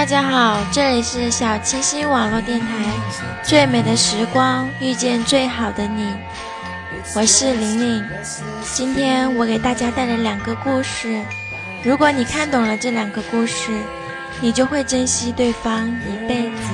大家好，这里是小清新网络电台，最美的时光遇见最好的你，我是玲玲。今天我给大家带来2个故事，如果你看懂了这2个故事，你就会珍惜对方一辈子。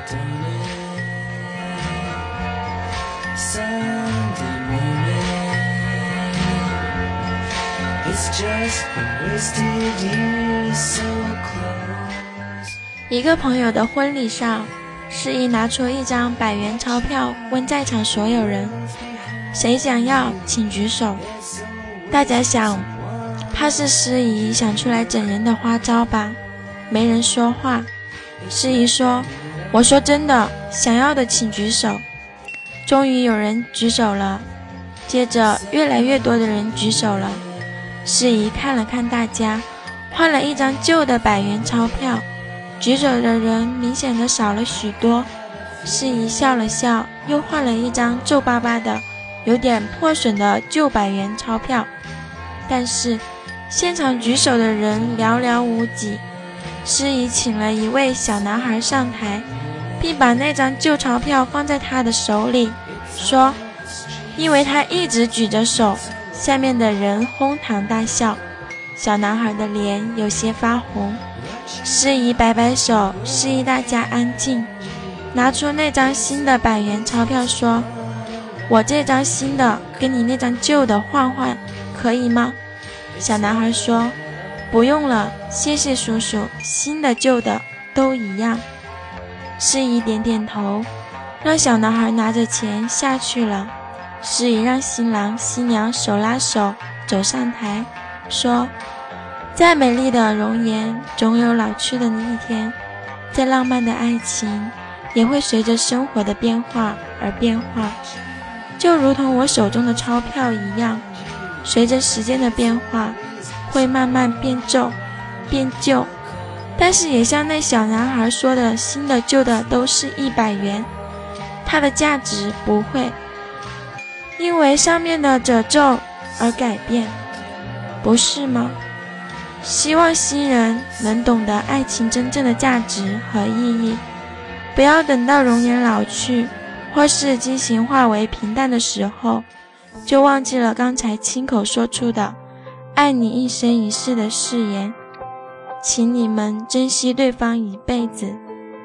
一个朋友的婚礼上，司仪拿出一张100元钞票，问在场所有人，谁想要请举手。大家想，怕是司仪想出来整人的花招吧，没人说话。司仪说，我说真的，想要的请举手。终于有人举手了，接着越来越多的人举手了。司仪看了看大家，换了一张旧的100元钞票，举手的人明显的少了许多。司仪笑了笑，又换了一张皱巴巴的有点破损的旧100元钞票，但是现场举手的人寥寥无几。司仪请了一位小男孩上台，并把那张旧钞票放在他的手里，说，因为他一直举着手。下面的人哄堂大笑，小男孩的脸有些发红。司仪摆摆手，示意大家安静，拿出那张新的100元钞票说，我这张新的跟你那张旧的换换，可以吗？小男孩说，不用了，谢谢叔叔，新的旧的都一样。司仪点点头，让小男孩拿着钱下去了。司仪让新郎新娘手拉手走上台，说，再美丽的容颜总有老去的那一天，再浪漫的爱情也会随着生活的变化而变化，就如同我手中的钞票一样，随着时间的变化会慢慢变皱变旧，但是也像那小男孩说的，新的旧的都是100元，它的价值不会因为上面的褶皱而改变，不是吗？希望新人能懂得爱情真正的价值和意义，不要等到容颜老去，或是激情化为平淡的时候，就忘记了刚才亲口说出的爱你一生一世的誓言。请你们珍惜对方一辈子。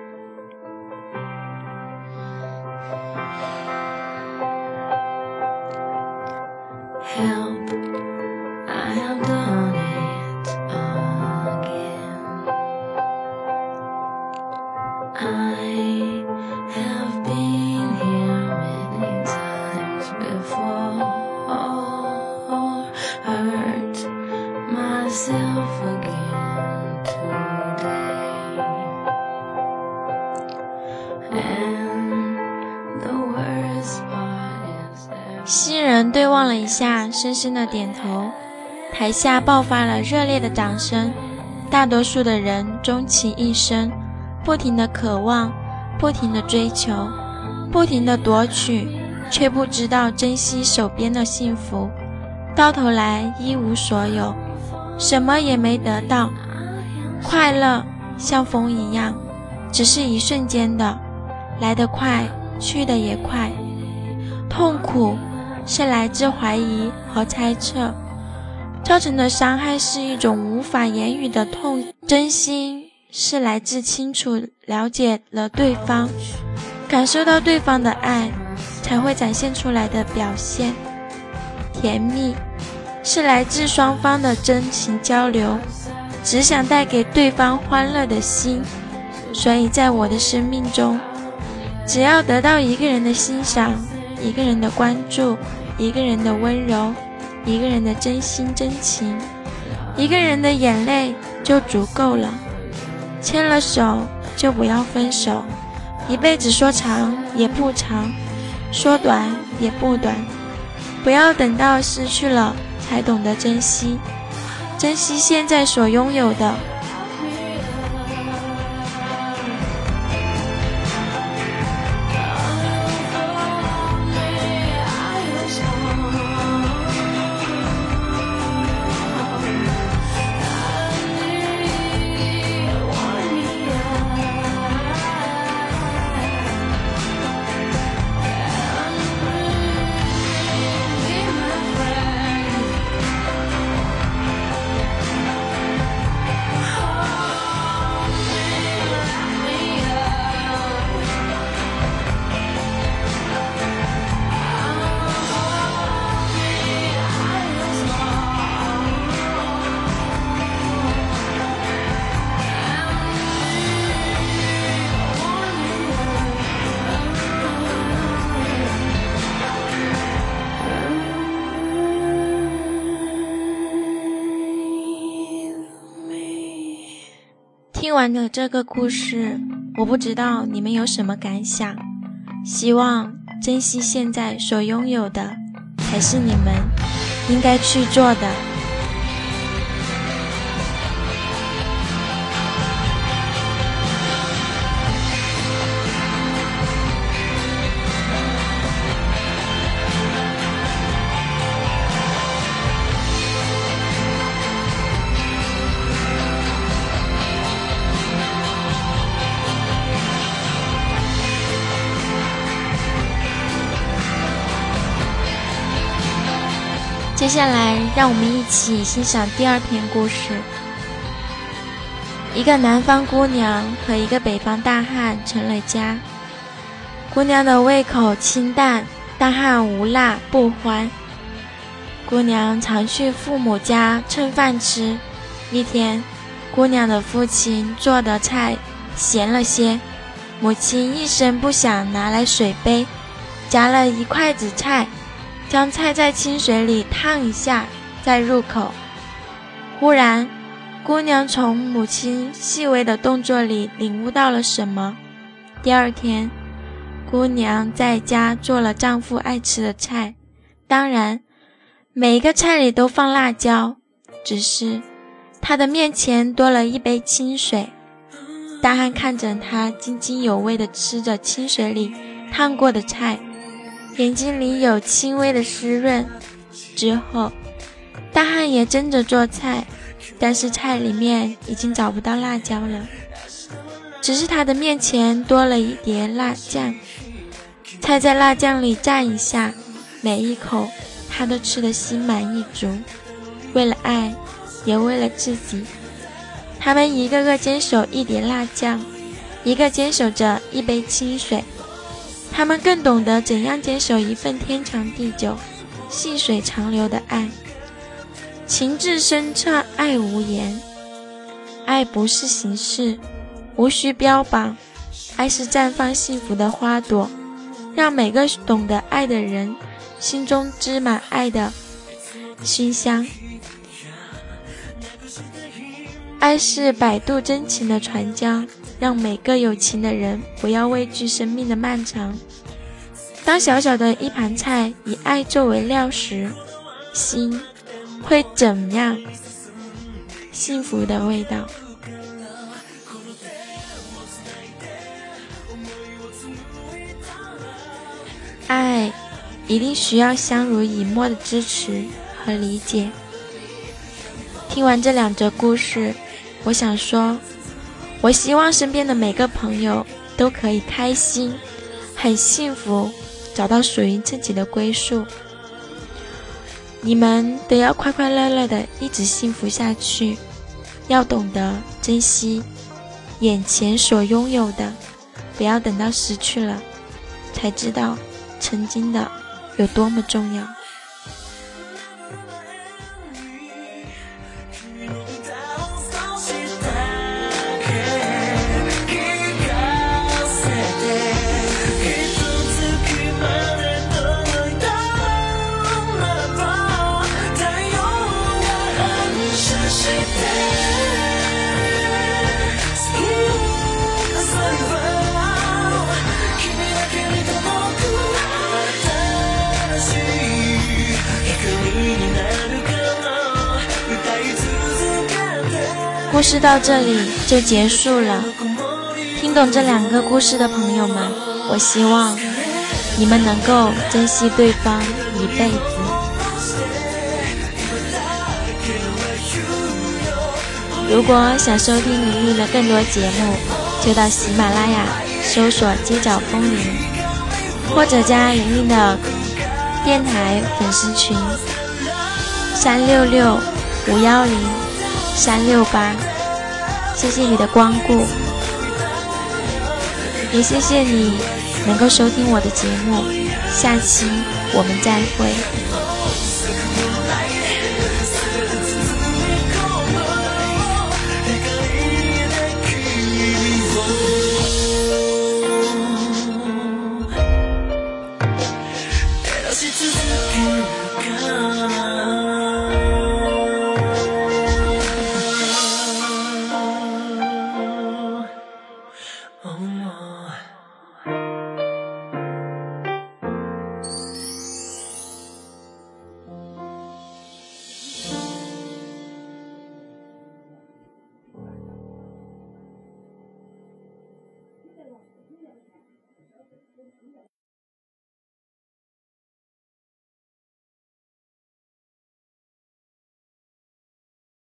Help, I have done it again. I have been here many times before, hurt myself again today. And the worst part is that 新人对望了一下，深深的点头，台下爆发了热烈的掌声。大多数的人终其一生，不停地渴望，不停地追求，不停地夺取，却不知道珍惜手边的幸福，到头来一无所有，什么也没得到。快乐像风一样，只是一瞬间的，来得快，去得也快。痛苦是来自怀疑和猜测，造成的伤害是一种无法言语的痛。真心是来自清楚了解了对方，感受到对方的爱才会展现出来的表现。甜蜜是来自双方的真情交流，只想带给对方欢乐的心。所以在我的生命中，只要得到一个人的欣赏，一个人的关注，一个人的温柔，一个人的真心真情，一个人的眼泪就足够了。牵了手就不要分手，一辈子说长也不长，说短也不短，不要等到失去了才懂得珍惜，珍惜现在所拥有的。 听完了这个故事，我不知道你们有什么感想，希望珍惜现在所拥有的才是你们应该去做的。接下来让我们一起欣赏第二篇故事。一个南方姑娘和一个北方大汉成了家。姑娘的胃口清淡，大汉无辣不欢。姑娘常去父母家蹭饭吃。一天，姑娘的父亲做的菜咸了些，母亲一声不响拿来水杯，夹了一筷子菜，将菜在清水里烫一下，再入口。忽然，姑娘从母亲细微的动作里领悟到了什么。第二天，姑娘在家做了丈夫爱吃的菜，当然，每一个菜里都放辣椒，只是她的面前多了一杯清水。大汉看着她津津有味地吃着清水里烫过的菜，眼睛里有轻微的湿润。之后，大汉也争着做菜，但是菜里面已经找不到辣椒了，只是他的面前多了一碟辣酱。菜在辣酱里蘸一下，每一口他都吃得心满意足。为了爱，也为了自己，他们一个个坚守一碟辣酱，一个坚守着一杯清水。他们更懂得怎样坚守一份天长地久、细水长流的爱。情至深彻，爱无言。爱不是形式，无需标榜。爱是绽放幸福的花朵，让每个懂得爱的人心中织满爱的馨香。爱是摆渡真情的船桨，让每个有情的人不要畏惧生命的漫长。当小小的一盘菜以爱作为料时，心会怎样幸福的味道。爱一定需要相濡以沫的支持和理解。听完这两则故事，我想说，我希望身边的每个朋友都可以开心，很幸福，找到属于自己的归宿。你们都要快快乐乐的一直幸福下去，要懂得珍惜眼前所拥有的，不要等到失去了才知道曾经的有多么重要。故事到这里就结束了。听懂这两个故事的朋友们，我希望你们能够珍惜对方一辈子。如果想收听玲玲的更多节目，就到喜马拉雅搜索街角风铃，或者加玲玲的电台粉丝群366-510-368。谢谢你的光顾，也谢谢你能够收听我的节目。下期我们再会。